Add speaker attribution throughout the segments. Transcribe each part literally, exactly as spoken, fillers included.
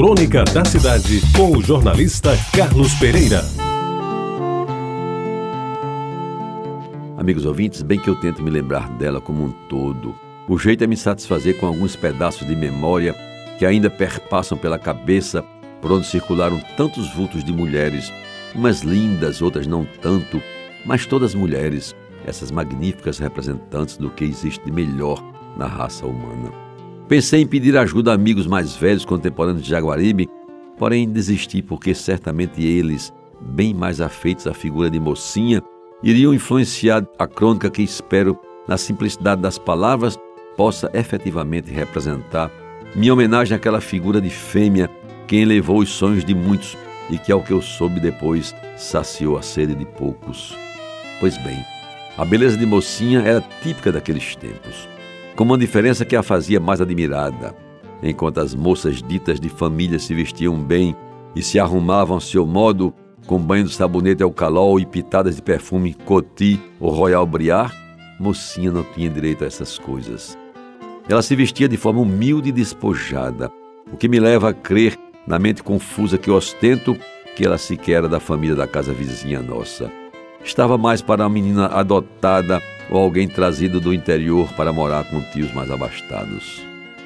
Speaker 1: Crônica da Cidade, com o jornalista Carlos Pereira.
Speaker 2: Amigos ouvintes, bem que eu tento me lembrar dela como um todo. O jeito é me satisfazer com alguns pedaços de memória que ainda perpassam pela cabeça, por onde circularam tantos vultos de mulheres, umas lindas, outras não tanto, mas todas mulheres, essas magníficas representantes do que existe de melhor na raça humana. Pensei em pedir ajuda a amigos mais velhos contemporâneos de Jaguaribe, porém desisti porque certamente eles, bem mais afeitos à figura de mocinha, iriam influenciar a crônica que espero, na simplicidade das palavras, possa efetivamente representar minha homenagem àquela figura de fêmea que elevou os sonhos de muitos e que, ao que eu soube depois, saciou a sede de poucos. Pois bem, a beleza de mocinha era típica daqueles tempos, com uma diferença que a fazia mais admirada. Enquanto as moças ditas de família se vestiam bem e se arrumavam ao seu modo, com banho de sabonete ao calol e pitadas de perfume Coty ou Royal Briar, mocinha não tinha direito a essas coisas. Ela se vestia de forma humilde e despojada, o que me leva a crer, na mente confusa que ostento, que ela sequer era da família da casa vizinha nossa. Estava mais para uma menina adotada ou alguém trazido do interior para morar com tios mais abastados.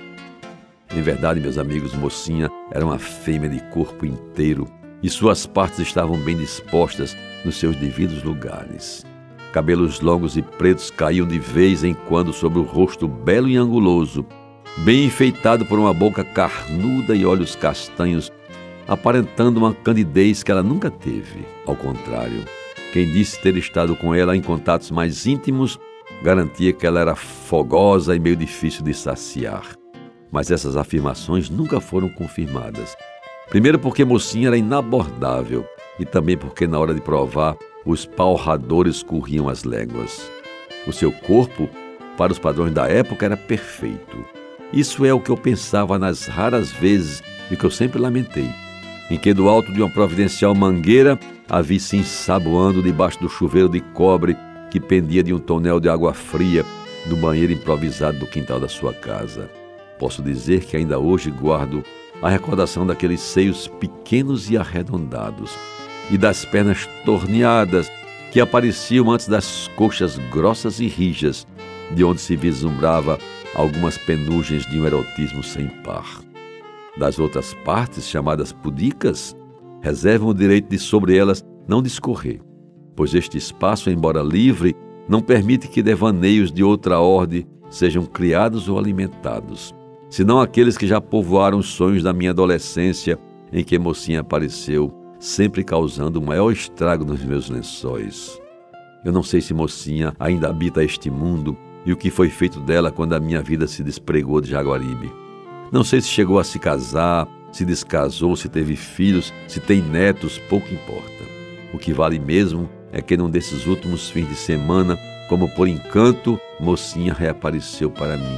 Speaker 2: Em verdade, meus amigos, mocinha era uma fêmea de corpo inteiro e suas partes estavam bem dispostas nos seus devidos lugares. Cabelos longos e pretos caíam de vez em quando sobre o rosto belo e anguloso, bem enfeitado por uma boca carnuda e olhos castanhos, aparentando uma candidez que ela nunca teve. Ao contrário, quem disse ter estado com ela em contatos mais íntimos, garantia que ela era fogosa e meio difícil de saciar. Mas essas afirmações nunca foram confirmadas. Primeiro porque mocinha era inabordável e também porque na hora de provar, os palradores corriam as léguas. O seu corpo, para os padrões da época, era perfeito. Isso é o que eu pensava nas raras vezes e que eu sempre lamentei, em que do alto de uma providencial mangueira a vi se ensaboando debaixo do chuveiro de cobre que pendia de um tonel de água fria do banheiro improvisado do quintal da sua casa. Posso dizer que ainda hoje guardo a recordação daqueles seios pequenos e arredondados e das pernas torneadas que apareciam antes das coxas grossas e rijas, de onde se vislumbrava algumas penugens de um erotismo sem par. Das outras partes, chamadas pudicas, reservam o direito de sobre elas não discorrer, pois este espaço, embora livre, não permite que devaneios de outra ordem sejam criados ou alimentados, senão aqueles que já povoaram os sonhos da minha adolescência, em que mocinha apareceu, sempre causando o maior estrago nos meus lençóis. Eu não sei se mocinha ainda habita este mundo e o que foi feito dela quando a minha vida se despregou de Jaguaribe. Não sei se chegou a se casar, se descasou, se teve filhos, se tem netos, pouco importa. O que vale mesmo é que num desses últimos fins de semana, como por encanto, mocinha reapareceu para mim.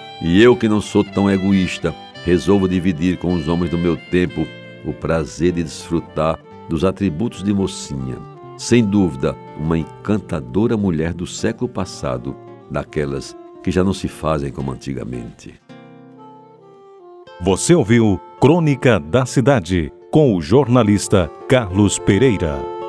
Speaker 2: E eu, que não sou tão egoísta, resolvo dividir com os homens do meu tempo o prazer de desfrutar dos atributos de mocinha. Sem dúvida, uma encantadora mulher do século passado, daquelas que já não se fazem como antigamente.
Speaker 1: Você ouviu Crônica da Cidade, com o jornalista Carlos Pereira.